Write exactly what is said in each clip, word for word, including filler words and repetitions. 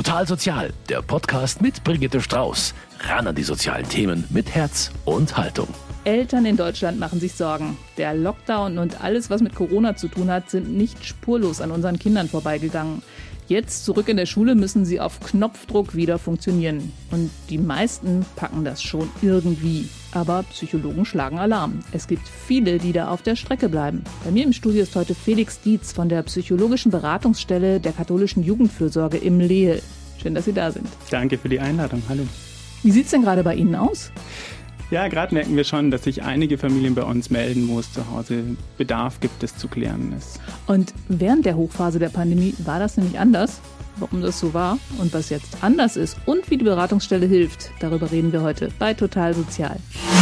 Total Sozial, der Podcast mit Brigitte Strauß. Ran an die sozialen Themen mit Herz und Haltung. Eltern in Deutschland machen sich Sorgen. Der Lockdown und alles, was mit Corona zu tun hat, sind nicht spurlos an unseren Kindern vorbeigegangen. Jetzt zurück in der Schule müssen sie auf Knopfdruck wieder funktionieren. Und die meisten packen das schon irgendwie. Aber Psychologen schlagen Alarm. Es gibt viele, die da auf der Strecke bleiben. Bei mir im Studio ist heute Felix Dietz von der psychologischen Beratungsstelle der katholischen Jugendfürsorge im Lehl. Schön, dass Sie da sind. Danke für die Einladung. Hallo. Wie sieht es denn gerade bei Ihnen aus? Ja, gerade merken wir schon, dass sich einige Familien bei uns melden, wo es zu Hause Bedarf gibt, es zu klären ist. Und während der Hochphase der Pandemie war das nämlich anders. Warum das so war und was jetzt anders ist und wie die Beratungsstelle hilft, darüber reden wir heute bei Total Sozial.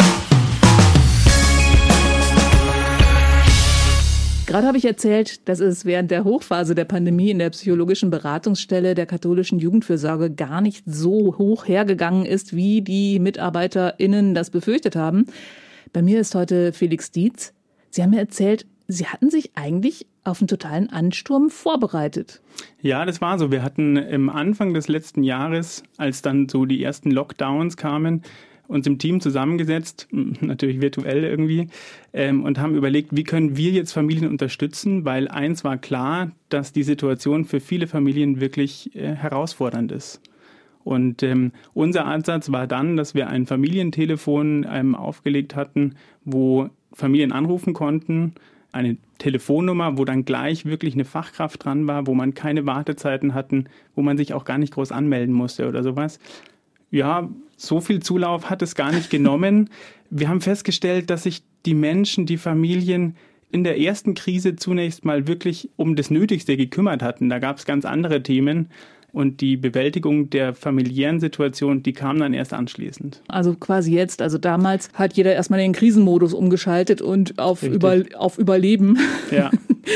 Gerade habe ich erzählt, dass es während der Hochphase der Pandemie in der psychologischen Beratungsstelle der katholischen Jugendfürsorge gar nicht so hoch hergegangen ist, wie die MitarbeiterInnen das befürchtet haben. Bei mir ist heute Felix Dietz. Sie haben mir erzählt, Sie hatten sich eigentlich auf einen totalen Ansturm vorbereitet. Ja, das war so. Wir hatten im Anfang des letzten Jahres, als dann so die ersten Lockdowns kamen, uns im Team zusammengesetzt, natürlich virtuell irgendwie, ähm, und haben überlegt, wie können wir jetzt Familien unterstützen, weil eins war klar, dass die Situation für viele Familien wirklich äh, herausfordernd ist. Und ähm, unser Ansatz war dann, dass wir ein Familientelefon ähm, aufgelegt hatten, wo Familien anrufen konnten, eine Telefonnummer, wo dann gleich wirklich eine Fachkraft dran war, wo man keine Wartezeiten hatten, wo man sich auch gar nicht groß anmelden musste oder sowas. Ja, so viel Zulauf hat es gar nicht genommen. Wir haben festgestellt, dass sich die Menschen, die Familien in der ersten Krise zunächst mal wirklich um das Nötigste gekümmert hatten. Da gab es ganz andere Themen. Und die Bewältigung der familiären Situation, die kam dann erst anschließend. Also quasi jetzt, also damals hat jeder erstmal in den Krisenmodus umgeschaltet und auf, über, auf Überleben. Ja.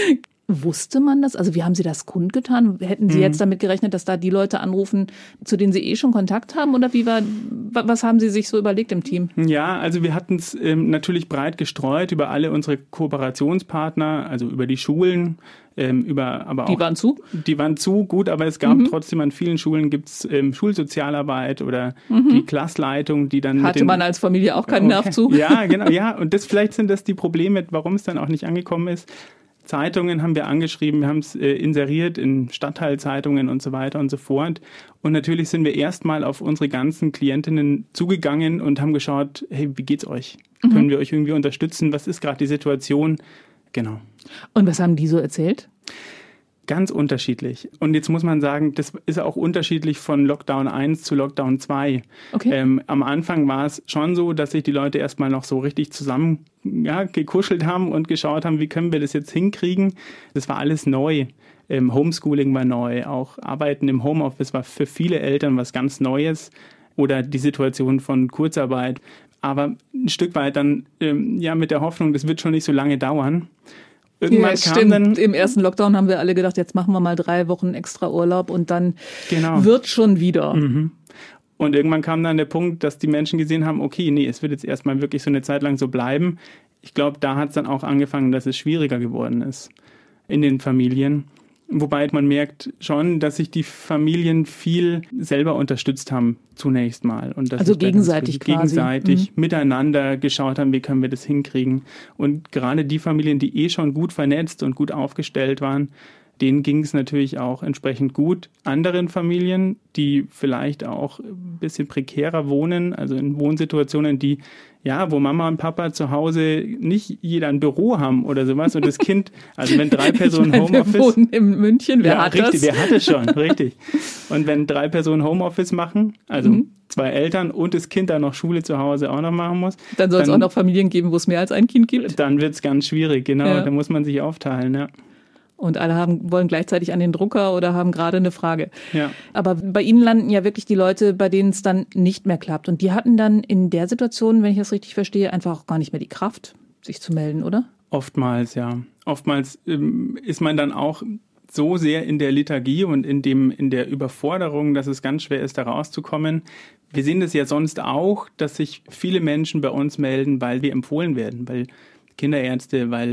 Wusste man das? Also wie haben Sie das kundgetan? Hätten Sie mhm. jetzt damit gerechnet, dass da die Leute anrufen, zu denen Sie eh schon Kontakt haben? Oder wie war, was haben Sie sich so überlegt im Team? Ja, also wir hatten es ähm, natürlich breit gestreut über alle unsere Kooperationspartner, also über die Schulen, ähm, über aber auch... Die waren zu? Die waren zu, gut, aber es gab mhm. trotzdem an vielen Schulen gibt's ähm, Schulsozialarbeit oder mhm. die Klassleitung, die dann... Hatte mit den, man als Familie auch keinen okay. Nerv zu? Ja, genau, ja. Und das vielleicht sind das die Probleme, warum es dann auch nicht angekommen ist. Zeitungen haben wir angeschrieben, wir haben es äh, inseriert in Stadtteilzeitungen und so weiter und so fort. Und natürlich sind wir erstmal auf unsere ganzen Klientinnen zugegangen und haben geschaut, hey, wie geht's euch? Mhm. Können wir euch irgendwie unterstützen? Was ist gerade die Situation? Genau. Und was haben die so erzählt? Ganz unterschiedlich. Und jetzt muss man sagen, das ist auch unterschiedlich von Lockdown eins zu Lockdown zwei. Okay. Ähm, am Anfang war es schon so, dass sich die Leute erstmal noch so richtig zusammen ja, gekuschelt haben und geschaut haben, wie können wir das jetzt hinkriegen. Das war alles neu. Ähm, Homeschooling war neu. Auch Arbeiten im Homeoffice war für viele Eltern was ganz Neues. Oder die Situation von Kurzarbeit. Aber ein Stück weit dann ähm, ja mit der Hoffnung, das wird schon nicht so lange dauern. Irgendwann ja, kam stimmt. Dann, im ersten Lockdown haben wir alle gedacht, jetzt machen wir mal drei Wochen extra Urlaub und dann genau. wird schon wieder. Mhm. Und irgendwann kam dann der Punkt, dass die Menschen gesehen haben, okay, nee, es wird jetzt erstmal wirklich so eine Zeit lang so bleiben. Ich glaube, da hat es dann auch angefangen, dass es schwieriger geworden ist in den Familien. Wobei man merkt schon, dass sich die Familien viel selber unterstützt haben, zunächst mal. Und das also gegenseitig quasi. Gegenseitig mhm. miteinander geschaut haben, wie können wir das hinkriegen. Und gerade die Familien, die eh schon gut vernetzt und gut aufgestellt waren, denen ging es natürlich auch entsprechend gut. Anderen Familien, die vielleicht auch ein bisschen prekärer wohnen, also in Wohnsituationen, die ja, wo Mama und Papa zu Hause nicht jeder ein Büro haben oder sowas und das Kind, also wenn drei Personen ich meine, Homeoffice... Wir wohnen in München, wer ja, hat richtig, das? Wer hat es schon, richtig. Und wenn drei Personen Homeoffice machen, also mhm. zwei Eltern und das Kind dann noch Schule zu Hause auch noch machen muss... Dann soll es auch noch Familien geben, wo es mehr als ein Kind gibt? Dann wird es ganz schwierig, genau, ja. Da muss man sich aufteilen, ja. Und alle haben, wollen gleichzeitig an den Drucker oder haben gerade eine Frage. Ja. Aber bei Ihnen landen ja wirklich die Leute, bei denen es dann nicht mehr klappt. Und die hatten dann in der Situation, wenn ich das richtig verstehe, einfach auch gar nicht mehr die Kraft, sich zu melden, oder? Oftmals, ja. Oftmals ähm, ist man dann auch so sehr in der Lethargie und in dem in der Überforderung, dass es ganz schwer ist, da rauszukommen. Wir sehen das ja sonst auch, dass sich viele Menschen bei uns melden, weil wir empfohlen werden, weil Kinderärzte, weil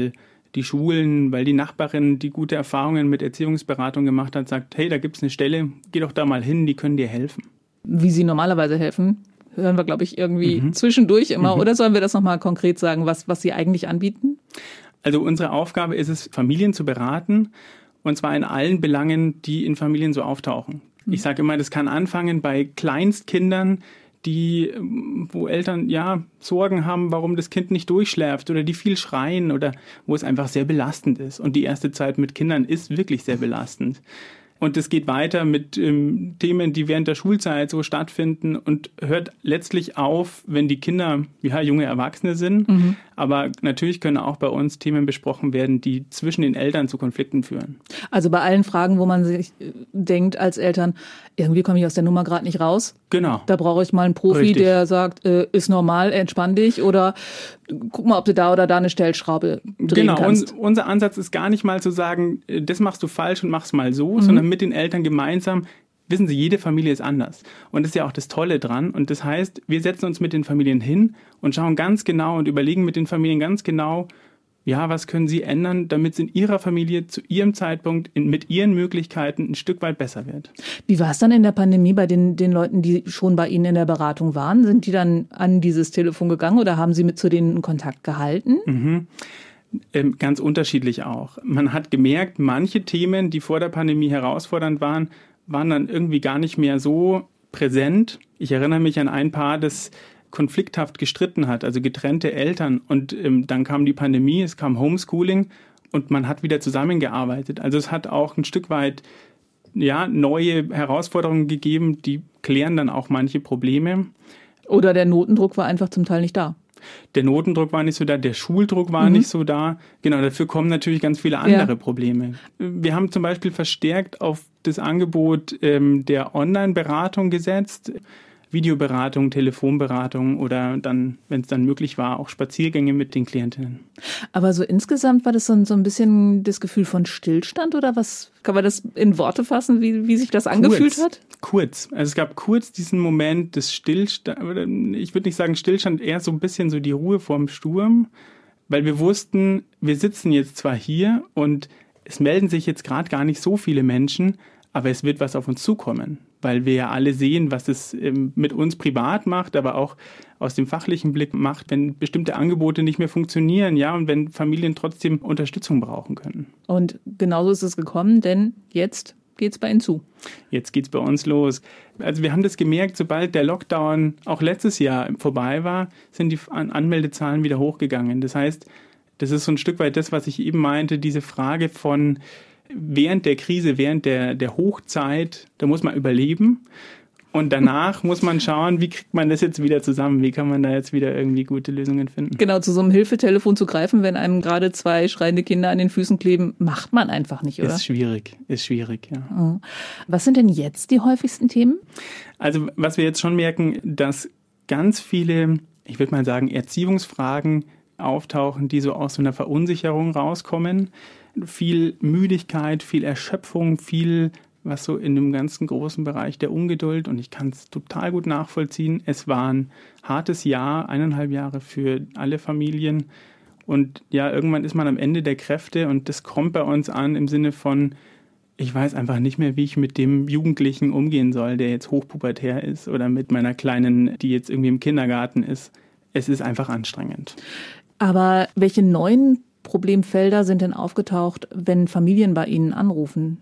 die Schulen, weil die Nachbarin, die gute Erfahrungen mit Erziehungsberatung gemacht hat, sagt, hey, da gibt's eine Stelle, geh doch da mal hin, die können dir helfen. Wie sie normalerweise helfen, hören wir, glaube ich, irgendwie Mhm. zwischendurch immer. Mhm. Oder sollen wir das nochmal konkret sagen, was, was sie eigentlich anbieten? Also unsere Aufgabe ist es, Familien zu beraten, und zwar in allen Belangen, die in Familien so auftauchen. Mhm. Ich sage immer, das kann anfangen bei Kleinstkindern, die, wo Eltern ja Sorgen haben, warum das Kind nicht durchschläft oder die viel schreien oder wo es einfach sehr belastend ist. Und die erste Zeit mit Kindern ist wirklich sehr belastend. Und es geht weiter mit ähm, Themen, die während der Schulzeit so stattfinden und hört letztlich auf, wenn die Kinder ja junge Erwachsene sind. Mhm. Aber natürlich können auch bei uns Themen besprochen werden, die zwischen den Eltern zu Konflikten führen. Also bei allen Fragen, wo man sich äh, denkt als Eltern, irgendwie komme ich aus der Nummer gerade nicht raus. Genau. Da brauche ich mal einen Profi, Richtig. der sagt, äh, ist normal, entspann dich oder guck mal, ob du da oder da eine Stellschraube drehen genau. kannst. Genau, unser Ansatz ist gar nicht mal zu sagen, das machst du falsch und mach's mal so, mhm. sondern mit den Eltern gemeinsam. Wissen Sie, jede Familie ist anders. Und das ist ja auch das Tolle dran. Und das heißt, wir setzen uns mit den Familien hin und schauen ganz genau und überlegen mit den Familien ganz genau, ja, was können sie ändern, damit es in ihrer Familie zu ihrem Zeitpunkt in, mit ihren Möglichkeiten ein Stück weit besser wird. Wie war es dann in der Pandemie bei den, den Leuten, die schon bei Ihnen in der Beratung waren? Sind die dann an dieses Telefon gegangen oder haben Sie mit zu denen in Kontakt gehalten? Mhm. Ähm, ganz unterschiedlich auch. Man hat gemerkt, manche Themen, die vor der Pandemie herausfordernd waren, waren dann irgendwie gar nicht mehr so präsent. Ich erinnere mich an ein Paar, das konflikthaft gestritten hat, also getrennte Eltern. Und ähm, dann kam die Pandemie, es kam Homeschooling und man hat wieder zusammengearbeitet. Also es hat auch ein Stück weit ja, neue Herausforderungen gegeben, die klären dann auch manche Probleme. Oder der Notendruck war einfach zum Teil nicht da. Der Notendruck war nicht so da, der Schuldruck war mhm. nicht so da. Genau, dafür kommen natürlich ganz viele andere ja. Probleme. Wir haben zum Beispiel verstärkt auf das Angebot ähm, der Online-Beratung gesetzt. Videoberatung, Telefonberatung oder dann, wenn es dann möglich war, auch Spaziergänge mit den Klientinnen. Aber so insgesamt war das so ein, so ein bisschen das Gefühl von Stillstand oder was? Kann man das in Worte fassen, wie, wie sich das angefühlt kurz, hat? Kurz. Also es gab kurz diesen Moment des Stillstands, ich würde nicht sagen Stillstand, eher so ein bisschen so die Ruhe vorm Sturm, weil wir wussten, wir sitzen jetzt zwar hier und es melden sich jetzt gerade gar nicht so viele Menschen, aber es wird was auf uns zukommen, weil wir ja alle sehen, was es ähm, mit uns privat macht, aber auch aus dem fachlichen Blick macht, wenn bestimmte Angebote nicht mehr funktionieren, ja, und wenn Familien trotzdem Unterstützung brauchen können. Und genauso ist es gekommen, denn jetzt geht's bei Ihnen zu. Jetzt geht's bei uns los. Also wir haben das gemerkt, sobald der Lockdown auch letztes Jahr vorbei war, sind die Anmeldezahlen wieder hochgegangen. Das heißt, das ist so ein Stück weit das, was ich eben meinte, diese Frage von während der Krise, während der, der Hochzeit, da muss man überleben und danach muss man schauen, wie kriegt man das jetzt wieder zusammen, wie kann man da jetzt wieder irgendwie gute Lösungen finden. Genau, zu so einem Hilfetelefon zu greifen, wenn einem gerade zwei schreiende Kinder an den Füßen kleben, macht man einfach nicht, oder? Ist schwierig, ist schwierig, ja. Was sind denn jetzt die häufigsten Themen? Also was wir jetzt schon merken, dass ganz viele, ich würde mal sagen, Erziehungsfragen auftauchen, die so aus so einer Verunsicherung rauskommen. Viel Müdigkeit, viel Erschöpfung, viel, was so in dem ganzen großen Bereich der Ungeduld, und ich kann es total gut nachvollziehen. Es war ein hartes Jahr, eineinhalb Jahre für alle Familien und ja, irgendwann ist man am Ende der Kräfte und das kommt bei uns an im Sinne von, ich weiß einfach nicht mehr, wie ich mit dem Jugendlichen umgehen soll, der jetzt hochpubertär ist oder mit meiner Kleinen, die jetzt irgendwie im Kindergarten ist. Es ist einfach anstrengend. Aber welche neuen Problemfelder sind denn aufgetaucht, wenn Familien bei Ihnen anrufen?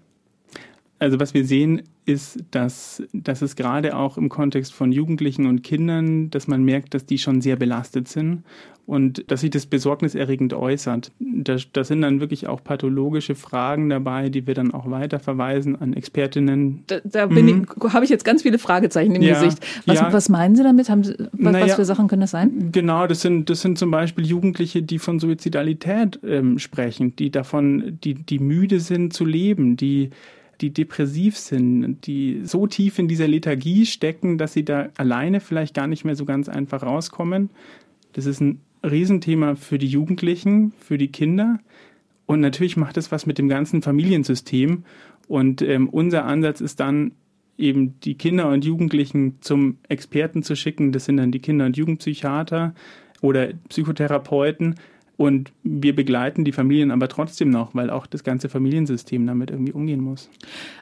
Also was wir sehen, ist, dass, dass es gerade auch im Kontext von Jugendlichen und Kindern, dass man merkt, dass die schon sehr belastet sind und dass sich das besorgniserregend äußert. Da, da sind dann wirklich auch pathologische Fragen dabei, die wir dann auch weiterverweisen an Expertinnen. Da, da bin mhm. ich, habe ich jetzt ganz viele Fragezeichen im ja, Gesicht. Was, ja. was meinen Sie damit? Haben Sie, was, naja, was für Sachen können das sein? Genau, das sind, das sind zum Beispiel Jugendliche, die von Suizidalität ähm, sprechen, die davon, die, die müde sind zu leben, die die depressiv sind, die so tief in dieser Lethargie stecken, dass sie da alleine vielleicht gar nicht mehr so ganz einfach rauskommen. Das ist ein Riesenthema für die Jugendlichen, für die Kinder. Und natürlich macht es was mit dem ganzen Familiensystem. Und ähm, unser Ansatz ist dann eben, die Kinder und Jugendlichen zum Experten zu schicken. Das sind dann die Kinder- und Jugendpsychiater oder Psychotherapeuten, Und wir begleiten die Familien aber trotzdem noch, weil auch das ganze Familiensystem damit irgendwie umgehen muss.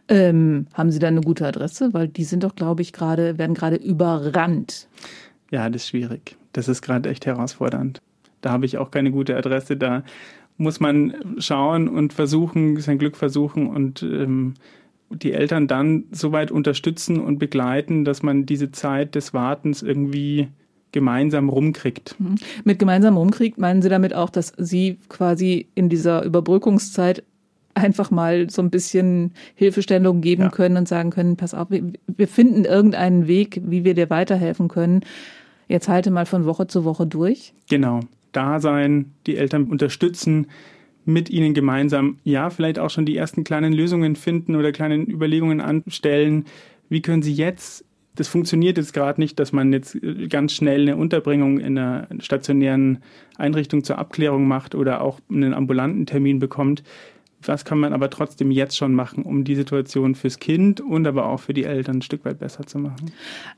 Ähm, haben Sie da eine gute Adresse? Weil die sind doch, glaube ich, gerade, werden gerade überrannt. Ja, das ist schwierig. Das ist gerade echt herausfordernd. Da habe ich auch keine gute Adresse. Da muss man schauen und versuchen, sein Glück versuchen und ähm, die Eltern dann so weit unterstützen und begleiten, dass man diese Zeit des Wartens irgendwie gemeinsam rumkriegt. Mit gemeinsam rumkriegt, meinen Sie damit auch, dass Sie quasi in dieser Überbrückungszeit einfach mal so ein bisschen Hilfestellung geben ja. können und sagen können, pass auf, wir finden irgendeinen Weg, wie wir dir weiterhelfen können. Jetzt halte mal von Woche zu Woche durch. Genau, da sein, die Eltern unterstützen, mit ihnen gemeinsam, ja, vielleicht auch schon die ersten kleinen Lösungen finden oder kleinen Überlegungen anstellen. Wie können Sie jetzt, das funktioniert jetzt gerade nicht, dass man jetzt ganz schnell eine Unterbringung in einer stationären Einrichtung zur Abklärung macht oder auch einen ambulanten Termin bekommt. Was kann man aber trotzdem jetzt schon machen, um die Situation fürs Kind und aber auch für die Eltern ein Stück weit besser zu machen?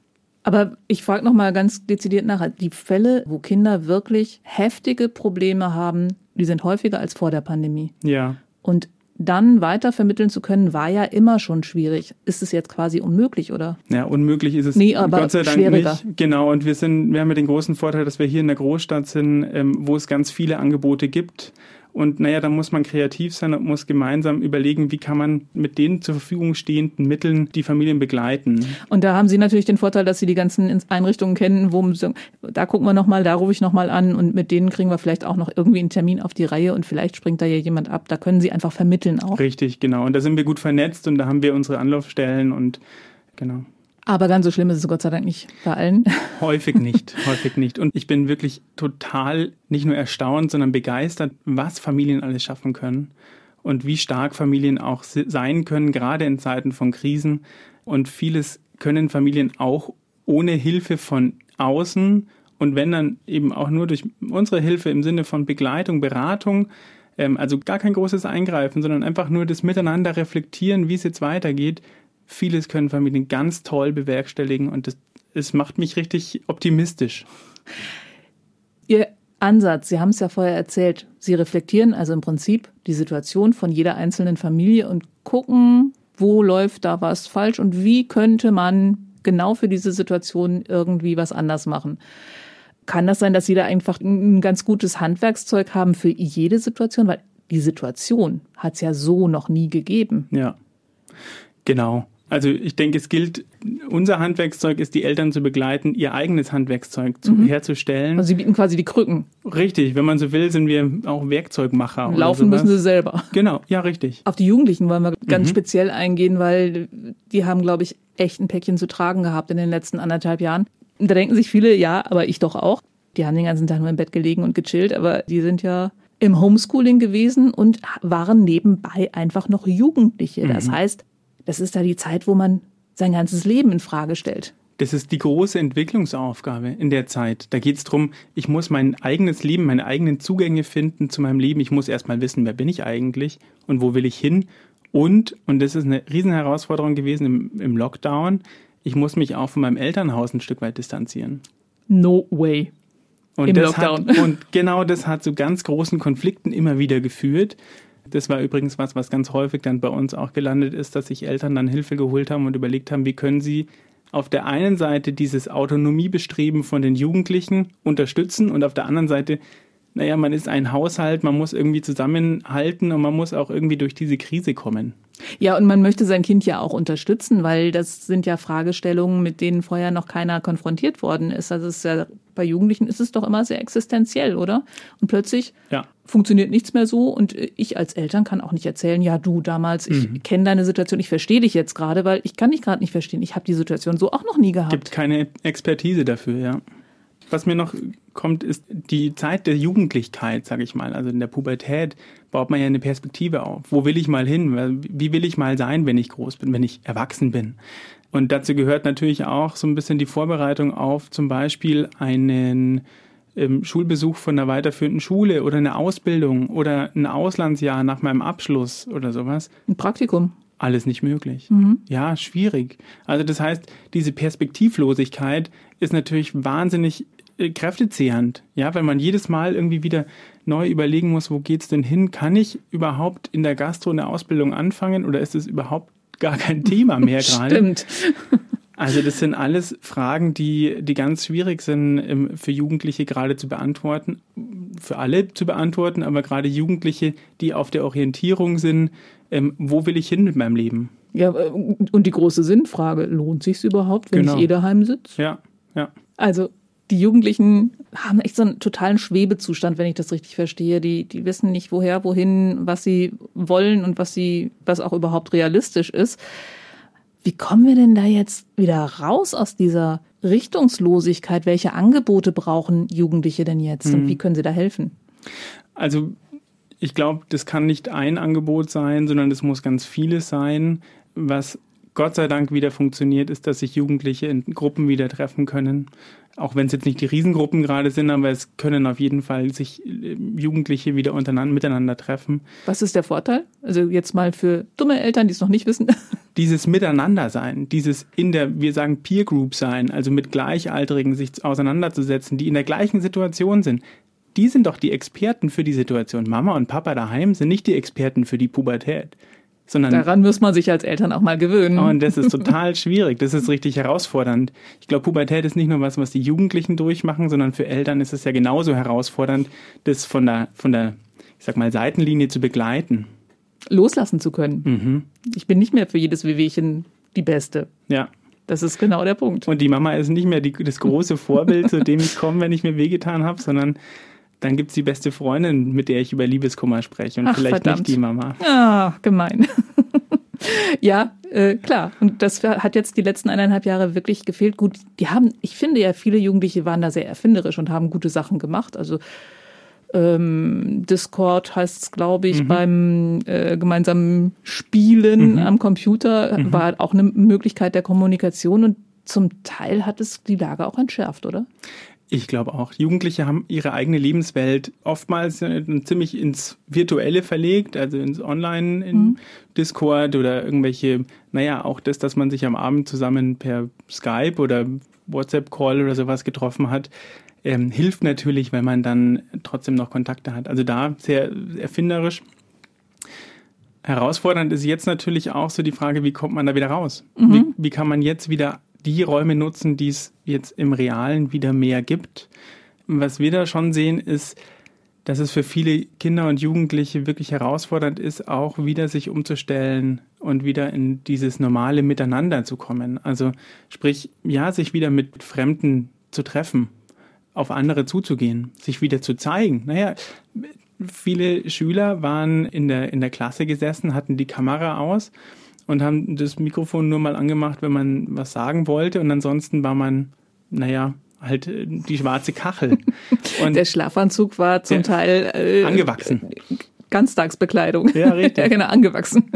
Aber ich frage noch mal ganz dezidiert nach. Die Fälle, wo Kinder wirklich heftige Probleme haben, die sind häufiger als vor der Pandemie. Ja. Und dann weiter vermitteln zu können, war ja immer schon schwierig. Ist es jetzt quasi unmöglich, oder? Ja, unmöglich ist es nee, aber Gott sei Dank schwieriger. Nicht. Genau, und wir sind, wir haben ja den großen Vorteil, dass wir hier in der Großstadt sind, ähm, wo es ganz viele Angebote gibt. Und naja, da muss man kreativ sein und muss gemeinsam überlegen, wie kann man mit den zur Verfügung stehenden Mitteln die Familien begleiten. Und da haben Sie natürlich den Vorteil, dass Sie die ganzen Einrichtungen kennen, wo da gucken wir nochmal, da rufe ich nochmal an und mit denen kriegen wir vielleicht auch noch irgendwie einen Termin auf die Reihe und vielleicht springt da ja jemand ab. Da können Sie einfach vermitteln auch. Richtig, genau. Und da sind wir gut vernetzt und da haben wir unsere Anlaufstellen und genau. Aber ganz so schlimm ist es Gott sei Dank nicht bei allen. Häufig nicht, häufig nicht. Und ich bin wirklich total nicht nur erstaunt, sondern begeistert, was Familien alles schaffen können und wie stark Familien auch sein können, gerade in Zeiten von Krisen. Und vieles können Familien auch ohne Hilfe von außen und wenn dann eben auch nur durch unsere Hilfe im Sinne von Begleitung, Beratung, also gar kein großes Eingreifen, sondern einfach nur das Miteinander reflektieren, wie es jetzt weitergeht. Vieles können Familien ganz toll bewerkstelligen und das, es macht mich richtig optimistisch. Ihr Ansatz, Sie haben es ja vorher erzählt, Sie reflektieren also im Prinzip die Situation von jeder einzelnen Familie und gucken, wo läuft da was falsch und wie könnte man genau für diese Situation irgendwie was anders machen. Kann das sein, dass Sie da einfach ein ganz gutes Handwerkszeug haben für jede Situation? Weil die Situation hat es ja so noch nie gegeben. Ja, genau. Also ich denke, es gilt, unser Handwerkszeug ist, die Eltern zu begleiten, ihr eigenes Handwerkszeug zu, mhm. herzustellen. Also Sie bieten quasi die Krücken. Richtig, wenn man so will, sind wir auch Werkzeugmacher. Laufen müssen sie selber. Genau, ja, richtig. Auf die Jugendlichen wollen wir ganz mhm. speziell eingehen, weil die haben, glaube ich, echt ein Päckchen zu tragen gehabt in den letzten anderthalb Jahren. Da denken sich viele, ja, aber ich doch auch. Die haben den ganzen Tag nur im Bett gelegen und gechillt, aber die sind ja im Homeschooling gewesen und waren nebenbei einfach noch Jugendliche. Mhm. Das heißt, das ist da die Zeit, wo man sein ganzes Leben in Frage stellt. Das ist die große Entwicklungsaufgabe in der Zeit. Da geht es darum, ich muss mein eigenes Leben, meine eigenen Zugänge finden zu meinem Leben. Ich muss erstmal wissen, wer bin ich eigentlich und wo will ich hin. Und, und das ist eine Riesenherausforderung gewesen im, im Lockdown, ich muss mich auch von meinem Elternhaus ein Stück weit distanzieren. No way. Und Im das Lockdown. Hat, und genau das hat zu ganz großen Konflikten immer wieder geführt. Das war übrigens was, was ganz häufig dann bei uns auch gelandet ist, dass sich Eltern dann Hilfe geholt haben und überlegt haben, wie können sie auf der einen Seite dieses Autonomiebestreben von den Jugendlichen unterstützen und auf der anderen Seite, naja, man ist ein Haushalt, man muss irgendwie zusammenhalten und man muss auch irgendwie durch diese Krise kommen. Ja, und man möchte sein Kind ja auch unterstützen, weil das sind ja Fragestellungen, mit denen vorher noch keiner konfrontiert worden ist. Also es ist ja, bei Jugendlichen ist es doch immer sehr existenziell, oder? Und plötzlich ja. funktioniert nichts mehr so und ich als Eltern kann auch nicht erzählen, ja du damals, ich mhm. kenne deine Situation, ich verstehe dich jetzt gerade, weil ich kann dich gerade nicht verstehen. Ich habe die Situation so auch noch nie gehabt. Gibt keine Expertise dafür, ja. Was mir noch kommt, ist die Zeit der Jugendlichkeit, sage ich mal. Also in der Pubertät baut man ja eine Perspektive auf. Wo will ich mal hin? Wie will ich mal sein, wenn ich groß bin, wenn ich erwachsen bin? Und dazu gehört natürlich auch so ein bisschen die Vorbereitung auf zum Beispiel einen ähm, Schulbesuch von einer weiterführenden Schule oder eine Ausbildung oder ein Auslandsjahr nach meinem Abschluss oder sowas. Ein Praktikum. Alles nicht möglich. Mhm. Ja, schwierig. Also das heißt, diese Perspektivlosigkeit ist natürlich wahnsinnig äh, kräftezehrend, ja, weil man jedes Mal irgendwie wieder neu überlegen muss, wo geht's denn hin? Kann ich überhaupt in der Gastro eine Ausbildung anfangen oder ist es überhaupt gar kein Thema mehr gerade? Stimmt. Also das sind alles Fragen, die, die ganz schwierig sind ähm, für Jugendliche gerade zu beantworten, für alle zu beantworten, aber gerade Jugendliche, die auf der Orientierung sind, ähm, wo will ich hin mit meinem Leben? Ja, und die große Sinnfrage, lohnt sich's überhaupt, wenn Genau. ich eh daheim sitze? Ja, ja. Also die Jugendlichen haben echt so einen totalen Schwebezustand, wenn ich das richtig verstehe. Die, die wissen nicht, woher, wohin, was sie wollen und was sie, was auch überhaupt realistisch ist. Wie kommen wir denn da jetzt wieder raus aus dieser Richtungslosigkeit? Welche Angebote brauchen Jugendliche denn jetzt Mhm. und wie können sie da helfen? Also ich glaube, das kann nicht ein Angebot sein, sondern es muss ganz vieles sein. Was Gott sei Dank wieder funktioniert, ist, dass sich Jugendliche in Gruppen wieder treffen können. Auch wenn es jetzt nicht die Riesengruppen gerade sind, aber es können auf jeden Fall sich Jugendliche wieder untereinander, miteinander treffen. Was ist der Vorteil? Also jetzt mal für dumme Eltern, die es noch nicht wissen. Dieses Miteinander-Sein, dieses in der, wir sagen Peer Group sein, also mit Gleichaltrigen sich auseinanderzusetzen, die in der gleichen Situation sind. Die sind doch die Experten für die Situation. Mama und Papa daheim sind nicht die Experten für die Pubertät. Sondern Daran muss man sich als Eltern auch mal gewöhnen. und das ist total schwierig. Das ist richtig herausfordernd. Ich glaube, Pubertät ist nicht nur was, was die Jugendlichen durchmachen, sondern für Eltern ist es ja genauso herausfordernd, das von der, von der, ich sag mal, Seitenlinie zu begleiten. Loslassen zu können. Mhm. Ich bin nicht mehr für jedes Wehwehchen die Beste. Ja. Das ist genau der Punkt. Und die Mama ist nicht mehr die, das große Vorbild, zu dem ich komme, wenn ich mir wehgetan habe, sondern dann gibt es die beste Freundin, mit der ich über Liebeskummer spreche und Ach, vielleicht verdammt. nicht die Mama. Ah, gemein. Ja, äh, klar. Und das hat jetzt die letzten eineinhalb Jahre wirklich gefehlt. Gut, die haben, ich finde ja, viele Jugendliche waren da sehr erfinderisch und haben gute Sachen gemacht. Also ähm, Discord heißt es, glaube ich, mhm. beim äh, gemeinsamen Spielen mhm. am Computer mhm. war auch eine Möglichkeit der Kommunikation und zum Teil hat es die Lage auch entschärft, oder? Ich glaube auch. Jugendliche haben ihre eigene Lebenswelt oftmals ziemlich ins Virtuelle verlegt, also ins Online, in mhm. Discord oder irgendwelche, naja, auch das, dass man sich am Abend zusammen per Skype oder WhatsApp-Call oder sowas getroffen hat, ähm, hilft natürlich, weil man dann trotzdem noch Kontakte hat. Also da sehr erfinderisch. Herausfordernd ist jetzt natürlich auch so die Frage, wie kommt man da wieder raus? Mhm. Wie, wie kann man jetzt wieder die Räume nutzen, die es jetzt im Realen wieder mehr gibt. Was wir da schon sehen, ist, dass es für viele Kinder und Jugendliche wirklich herausfordernd ist, auch wieder sich umzustellen und wieder in dieses normale Miteinander zu kommen. Also sprich, ja, sich wieder mit Fremden zu treffen, auf andere zuzugehen, sich wieder zu zeigen. Naja, viele Schüler waren in der, in der Klasse gesessen, hatten die Kamera aus und haben das Mikrofon nur mal angemacht, wenn man was sagen wollte. Und ansonsten war man, naja, halt die schwarze Kachel. Und der Schlafanzug war zum Teil äh, angewachsen. Ganztagsbekleidung. Ja, richtig. Ja, genau, angewachsen.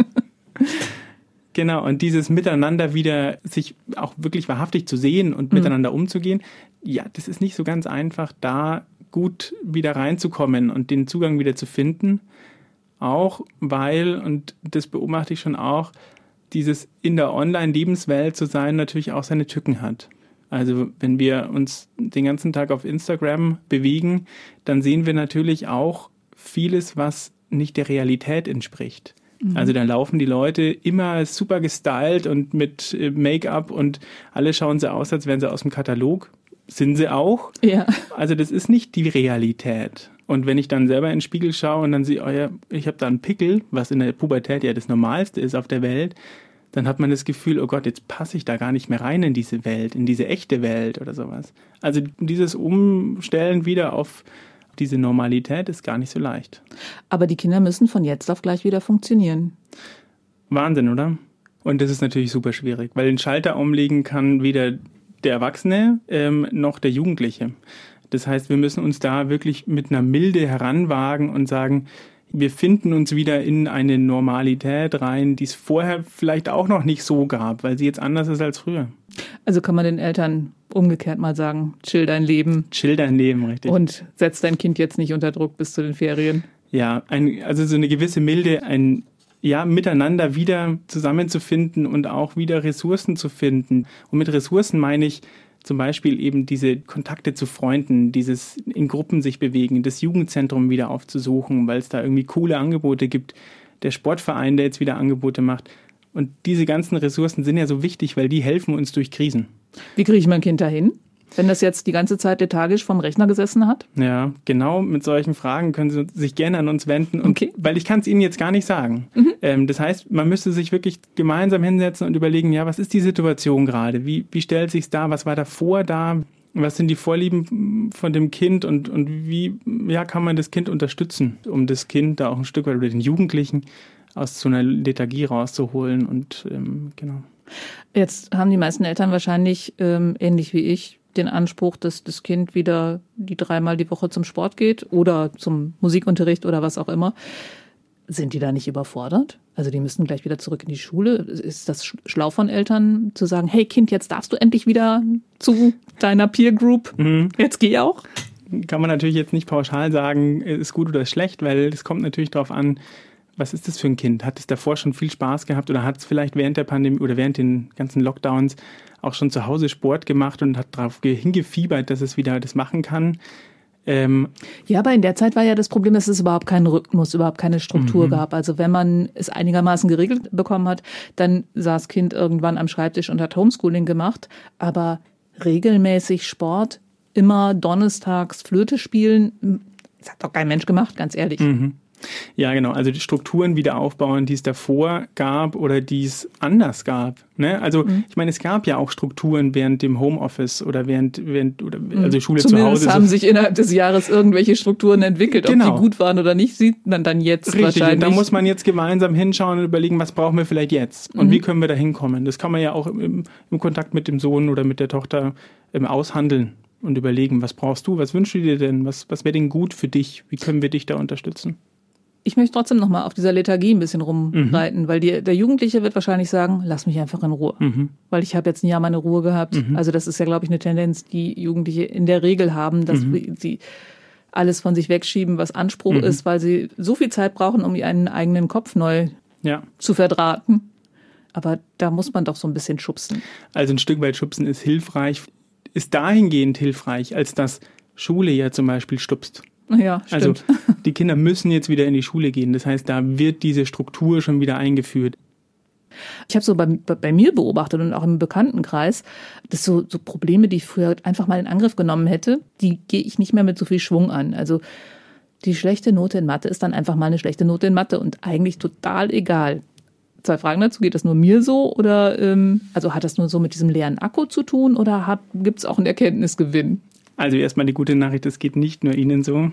Genau, und dieses Miteinander wieder, sich auch wirklich wahrhaftig zu sehen und mhm. miteinander umzugehen, ja, das ist nicht so ganz einfach, da gut wieder reinzukommen und den Zugang wieder zu finden. Auch weil, und das beobachte ich schon auch, dieses in der Online-Lebenswelt zu sein natürlich auch seine Tücken hat. Also wenn wir uns den ganzen Tag auf Instagram bewegen, dann sehen wir natürlich auch vieles, was nicht der Realität entspricht. Mhm. Also da laufen die Leute immer super gestylt und mit Make-up und alle schauen so aus, als wären sie aus dem Katalog. Sind sie auch. Ja. Also das ist nicht die Realität. Und wenn ich dann selber in den Spiegel schaue und dann sehe, oh ja, ich habe da einen Pickel, was in der Pubertät ja das Normalste ist auf der Welt, dann hat man das Gefühl, oh Gott, jetzt passe ich da gar nicht mehr rein in diese Welt, in diese echte Welt oder sowas. Also dieses Umstellen wieder auf diese Normalität ist gar nicht so leicht. Aber die Kinder müssen von jetzt auf gleich wieder funktionieren. Wahnsinn, oder? Und das ist natürlich super schwierig, weil den Schalter umlegen kann weder der Erwachsene ähm, noch der Jugendliche. Das heißt, wir müssen uns da wirklich mit einer Milde heranwagen und sagen, wir finden uns wieder in eine Normalität rein, die es vorher vielleicht auch noch nicht so gab, weil sie jetzt anders ist als früher. Also kann man den Eltern umgekehrt mal sagen, chill dein Leben. Chill dein Leben, richtig. Und setz dein Kind jetzt nicht unter Druck bis zu den Ferien. Ja, ein, also so eine gewisse Milde, ein ja, miteinander wieder zusammenzufinden und auch wieder Ressourcen zu finden. Und mit Ressourcen meine ich Zum Beispiel eben diese Kontakte zu Freunden, dieses in Gruppen sich bewegen, das Jugendzentrum wieder aufzusuchen, weil es da irgendwie coole Angebote gibt. Der Sportverein, der jetzt wieder Angebote macht. Und diese ganzen Ressourcen sind ja so wichtig, weil die helfen uns durch Krisen. Wie kriege ich mein Kind dahin, wenn das jetzt die ganze Zeit lethargisch vom Rechner gesessen hat? Ja, genau mit solchen Fragen können Sie sich gerne an uns wenden. Und okay. Weil ich kann es Ihnen jetzt gar nicht sagen. Mhm. Ähm, das heißt, man müsste sich wirklich gemeinsam hinsetzen und überlegen, ja, was ist die Situation gerade? Wie, wie stellt sich's dar? Was war davor da? Was sind die Vorlieben von dem Kind? Und, und wie ja, kann man das Kind unterstützen, um das Kind da auch ein Stück weit oder den Jugendlichen aus so einer Lethargie rauszuholen und ähm, genau. Jetzt haben die meisten Eltern wahrscheinlich, ähm, ähnlich wie ich, den Anspruch, dass das Kind wieder die dreimal die Woche zum Sport geht oder zum Musikunterricht oder was auch immer. Sind die da nicht überfordert? Also die müssen gleich wieder zurück in die Schule. Ist das schlau von Eltern zu sagen, hey Kind, jetzt darfst du endlich wieder zu deiner Peer Group. Mhm. Jetzt geh auch. Kann man natürlich jetzt nicht pauschal sagen, ist gut oder ist schlecht, weil es kommt natürlich darauf an, was ist das für ein Kind? Hat es davor schon viel Spaß gehabt oder hat es vielleicht während der Pandemie oder während den ganzen Lockdowns auch schon zu Hause Sport gemacht und hat darauf hingefiebert, dass es wieder das machen kann? Ähm ja, aber in der Zeit war ja das Problem, dass es überhaupt keinen Rhythmus, überhaupt keine Struktur mhm. gab. Also wenn man es einigermaßen geregelt bekommen hat, dann saß Kind irgendwann am Schreibtisch und hat Homeschooling gemacht. Aber regelmäßig Sport, immer donnerstags Flöte spielen, das hat doch kein Mensch gemacht, ganz ehrlich. Mhm. Ja, genau. Also die Strukturen wieder aufbauen, die es davor gab oder die es anders gab. Ne? Also mhm. ich meine, es gab ja auch Strukturen während dem Homeoffice oder während, während oder also Schule Zumindest zu Hause. Zumindest haben sich innerhalb des Jahres irgendwelche Strukturen entwickelt. Genau. Ob die gut waren oder nicht, sieht man dann jetzt Richtig, wahrscheinlich. Und da muss man jetzt gemeinsam hinschauen und überlegen, was brauchen wir vielleicht jetzt und mhm. wie können wir da hinkommen. Das kann man ja auch im, im Kontakt mit dem Sohn oder mit der Tochter ähm, aushandeln und überlegen, was brauchst du, was wünschst du dir denn, was, was wäre denn gut für dich, wie können wir dich da unterstützen? Ich möchte trotzdem noch mal auf dieser Lethargie ein bisschen rumreiten, mhm. weil die, der Jugendliche wird wahrscheinlich sagen, lass mich einfach in Ruhe, mhm. weil ich habe jetzt ein Jahr meine Ruhe gehabt. Mhm. Also das ist ja, glaube ich, eine Tendenz, die Jugendliche in der Regel haben, dass mhm. sie alles von sich wegschieben, was Anspruch mhm. ist, weil sie so viel Zeit brauchen, um ihren eigenen Kopf neu ja. zu verdrahten. Aber da muss man doch so ein bisschen schubsen. Also ein Stück weit schubsen ist hilfreich, ist dahingehend hilfreich, als dass Schule ja zum Beispiel stupst. Ja, stimmt. Also die Kinder müssen jetzt wieder in die Schule gehen. Das heißt, da wird diese Struktur schon wieder eingeführt. Ich habe so bei, bei mir beobachtet und auch im Bekanntenkreis, dass so, so Probleme, die ich früher einfach mal in Angriff genommen hätte, die gehe ich nicht mehr mit so viel Schwung an. Also die schlechte Note in Mathe ist dann einfach mal eine schlechte Note in Mathe und eigentlich total egal. Zwei Fragen dazu, geht das nur mir so oder ähm, also hat das nur so mit diesem leeren Akku zu tun oder gibt es auch einen Erkenntnisgewinn? Also erstmal die gute Nachricht, es geht nicht nur Ihnen so.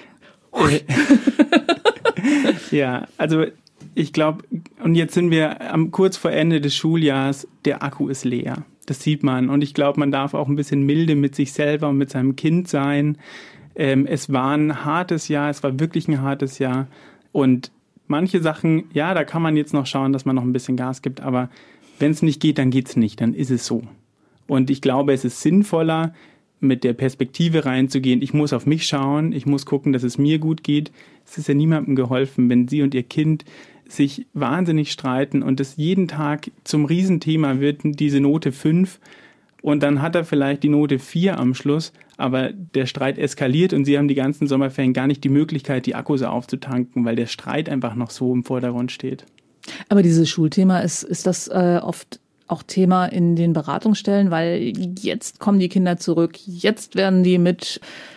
Ja, also ich glaube, und jetzt sind wir am kurz vor Ende des Schuljahres, der Akku ist leer. Das sieht man. Und ich glaube, man darf auch ein bisschen milde mit sich selber und mit seinem Kind sein. Ähm, es war ein hartes Jahr, es war wirklich ein hartes Jahr. Und manche Sachen, ja, da kann man jetzt noch schauen, dass man noch ein bisschen Gas gibt. Aber wenn es nicht geht, dann geht es nicht. Dann ist es so. Und ich glaube, es ist sinnvoller, mit der Perspektive reinzugehen, ich muss auf mich schauen, ich muss gucken, dass es mir gut geht. Es ist ja niemandem geholfen, wenn Sie und Ihr Kind sich wahnsinnig streiten und es jeden Tag zum Riesenthema wird, diese Note fünf und dann hat er vielleicht die Note vier am Schluss, aber der Streit eskaliert und Sie haben die ganzen Sommerferien gar nicht die Möglichkeit, die Akkus aufzutanken, weil der Streit einfach noch so im Vordergrund steht. Aber dieses Schulthema, ist, ist das äh, oft auch Thema in den Beratungsstellen, weil jetzt kommen die Kinder zurück, jetzt werden die mit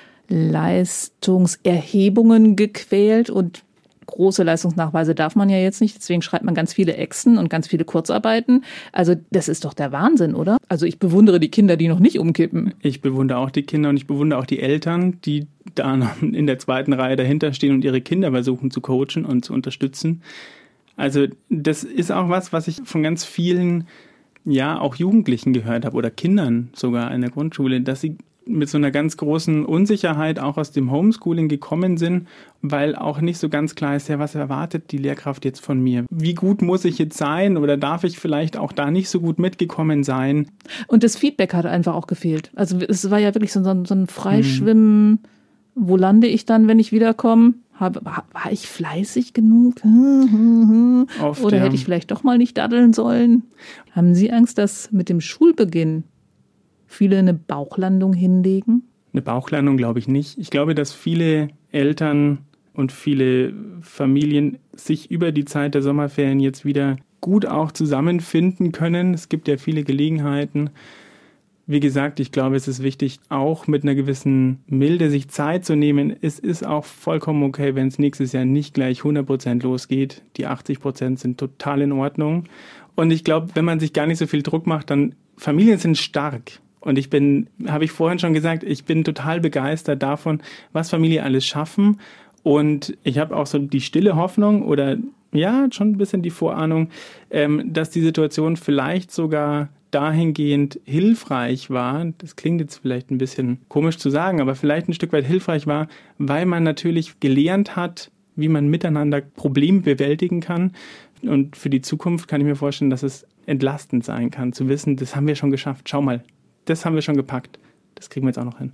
Leistungserhebungen gequält und große Leistungsnachweise darf man ja jetzt nicht, deswegen schreibt man ganz viele Exen und ganz viele Kurzarbeiten. Also das ist doch der Wahnsinn, oder? Also ich bewundere die Kinder, die noch nicht umkippen. Ich bewundere auch die Kinder und ich bewundere auch die Eltern, die da noch in der zweiten Reihe dahinter stehen und ihre Kinder versuchen zu coachen und zu unterstützen. Also das ist auch was, was ich von ganz vielen ja auch Jugendlichen gehört habe oder Kindern sogar in der Grundschule, dass sie mit so einer ganz großen Unsicherheit auch aus dem Homeschooling gekommen sind, weil auch nicht so ganz klar ist, ja, was erwartet die Lehrkraft jetzt von mir? Wie gut muss ich jetzt sein oder darf ich vielleicht auch da nicht so gut mitgekommen sein? Und das Feedback hat einfach auch gefehlt. Also es war ja wirklich so ein, so ein Freischwimmen, mhm. Wo lande ich dann, wenn ich wiederkomme? Habe, war ich fleißig genug? Oft, Oder hätte ja. ich vielleicht doch mal nicht daddeln sollen? Haben Sie Angst, dass mit dem Schulbeginn viele eine Bauchlandung hinlegen? Eine Bauchlandung glaube ich nicht. Ich glaube, dass viele Eltern und viele Familien sich über die Zeit der Sommerferien jetzt wieder gut auch zusammenfinden können. Es gibt ja viele Gelegenheiten. Wie gesagt, ich glaube, es ist wichtig, auch mit einer gewissen Milde sich Zeit zu nehmen. Es ist auch vollkommen okay, wenn es nächstes Jahr nicht gleich hundert Prozent losgeht. Die achtzig Prozent sind total in Ordnung. Und ich glaube, wenn man sich gar nicht so viel Druck macht, dann Familien sind stark. Und ich bin, habe ich vorhin schon gesagt, ich bin total begeistert davon, was Familien alles schaffen. Und ich habe auch so die stille Hoffnung oder ja, schon ein bisschen die Vorahnung, ähm, dass die Situation vielleicht sogar dahingehend hilfreich war, das klingt jetzt vielleicht ein bisschen komisch zu sagen, aber vielleicht ein Stück weit hilfreich war, weil man natürlich gelernt hat, wie man miteinander Probleme bewältigen kann. Und für die Zukunft kann ich mir vorstellen, dass es entlastend sein kann, zu wissen, das haben wir schon geschafft. Schau mal, das haben wir schon gepackt. Das kriegen wir jetzt auch noch hin.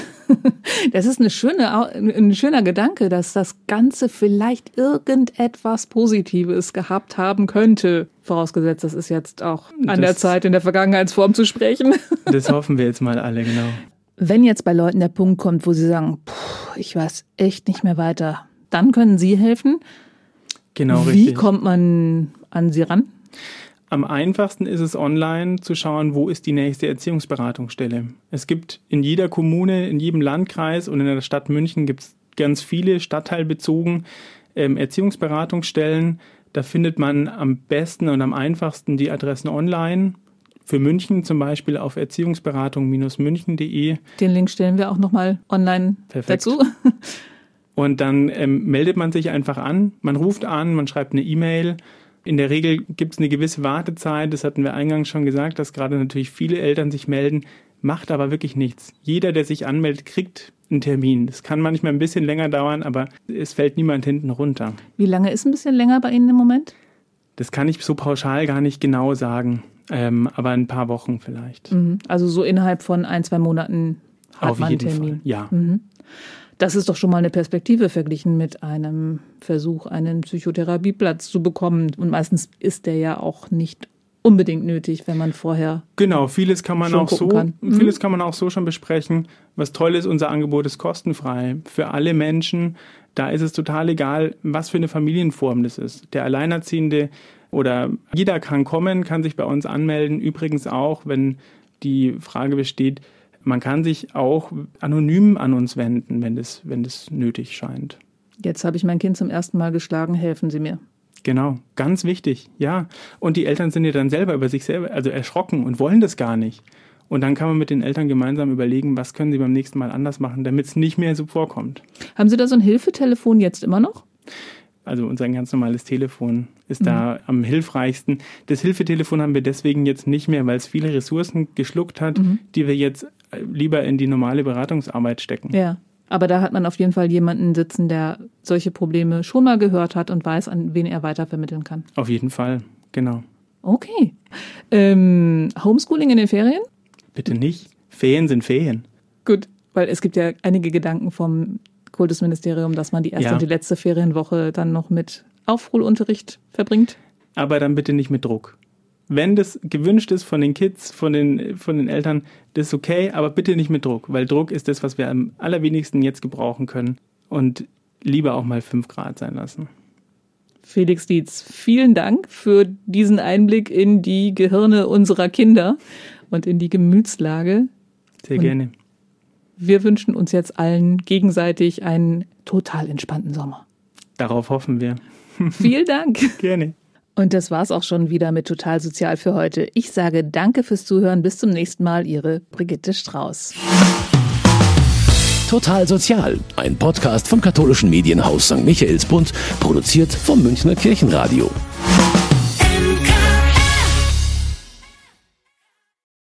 Das ist eine schöne, ein schöner Gedanke, dass das Ganze vielleicht irgendetwas Positives gehabt haben könnte. Vorausgesetzt, das ist jetzt auch an das, der Zeit, in der Vergangenheitsform zu sprechen. Das hoffen wir jetzt mal alle, genau. Wenn jetzt bei Leuten der Punkt kommt, wo sie sagen, ich weiß echt nicht mehr weiter, dann können Sie helfen. Genau, Wie richtig. Wie kommt man an Sie ran? Am einfachsten ist es online zu schauen, wo ist die nächste Erziehungsberatungsstelle. Es gibt in jeder Kommune, in jedem Landkreis und in der Stadt München gibt es ganz viele stadtteilbezogen ähm, Erziehungsberatungsstellen. Da findet man am besten und am einfachsten die Adressen online. Für München zum Beispiel auf erziehungsberatung Bindestrich münchen Punkt de. Den Link stellen wir auch nochmal online Perfekt. dazu. Und dann ähm, meldet man sich einfach an. Man ruft an, man schreibt eine E-Mail. In der Regel gibt es eine gewisse Wartezeit, das hatten wir eingangs schon gesagt, dass gerade natürlich viele Eltern sich melden, macht aber wirklich nichts. Jeder, der sich anmeldet, kriegt einen Termin. Das kann manchmal ein bisschen länger dauern, aber es fällt niemand hinten runter. Wie lange ist ein bisschen länger bei Ihnen im Moment? Das kann ich so pauschal gar nicht genau sagen, ähm, aber ein paar Wochen vielleicht. Also so innerhalb von ein, zwei Monaten hat Auf man einen jeden Termin. Fall, ja. Mhm. Das ist doch schon mal eine Perspektive verglichen mit einem Versuch, einen Psychotherapieplatz zu bekommen. Und meistens ist der ja auch nicht unbedingt nötig, wenn man vorher Genau, vieles kann man schon auch so, kann. Mhm. vieles kann man auch so schon besprechen. Was toll ist, unser Angebot ist kostenfrei für alle Menschen. Da ist es total egal, was für eine Familienform das ist. Der Alleinerziehende oder jeder kann kommen, kann sich bei uns anmelden. Übrigens auch, wenn die Frage besteht, man kann sich auch anonym an uns wenden, wenn das, wenn das nötig scheint. Jetzt habe ich mein Kind zum ersten Mal geschlagen, helfen Sie mir. Genau, ganz wichtig, ja. Und die Eltern sind ja dann selber über sich selber, also erschrocken und wollen das gar nicht. Und dann kann man mit den Eltern gemeinsam überlegen, was können sie beim nächsten Mal anders machen, damit es nicht mehr so vorkommt. Haben Sie da so ein Hilfetelefon jetzt immer noch? Also unser ganz normales Telefon ist mhm. da am hilfreichsten. Das Hilfetelefon haben wir deswegen jetzt nicht mehr, weil es viele Ressourcen geschluckt hat, mhm. die wir jetzt lieber in die normale Beratungsarbeit stecken. Ja, aber da hat man auf jeden Fall jemanden sitzen, der solche Probleme schon mal gehört hat und weiß, an wen er weitervermitteln kann. Auf jeden Fall, genau. Okay. Ähm, Homeschooling in den Ferien? Bitte nicht. Ferien sind Ferien. Gut, weil es gibt ja einige Gedanken vom Kultusministerium, dass man die erste ja. und die letzte Ferienwoche dann noch mit Aufholunterricht verbringt. Aber dann bitte nicht mit Druck. Wenn das gewünscht ist von den Kids, von den, von den Eltern, das ist okay, aber bitte nicht mit Druck, weil Druck ist das, was wir am allerwenigsten jetzt gebrauchen können und lieber auch mal fünf Grad sein lassen. Felix Dietz, vielen Dank für diesen Einblick in die Gehirne unserer Kinder und in die Gemütslage. Sehr und gerne. Wir wünschen uns jetzt allen gegenseitig einen total entspannten Sommer. Darauf hoffen wir. Vielen Dank. Gerne. Und das war's auch schon wieder mit Total Sozial für heute. Ich sage danke fürs Zuhören. Bis zum nächsten Mal. Ihre Brigitte Strauß. Total Sozial. Ein Podcast vom katholischen Medienhaus Sankt Michaelsbund, produziert vom Münchner Kirchenradio. M K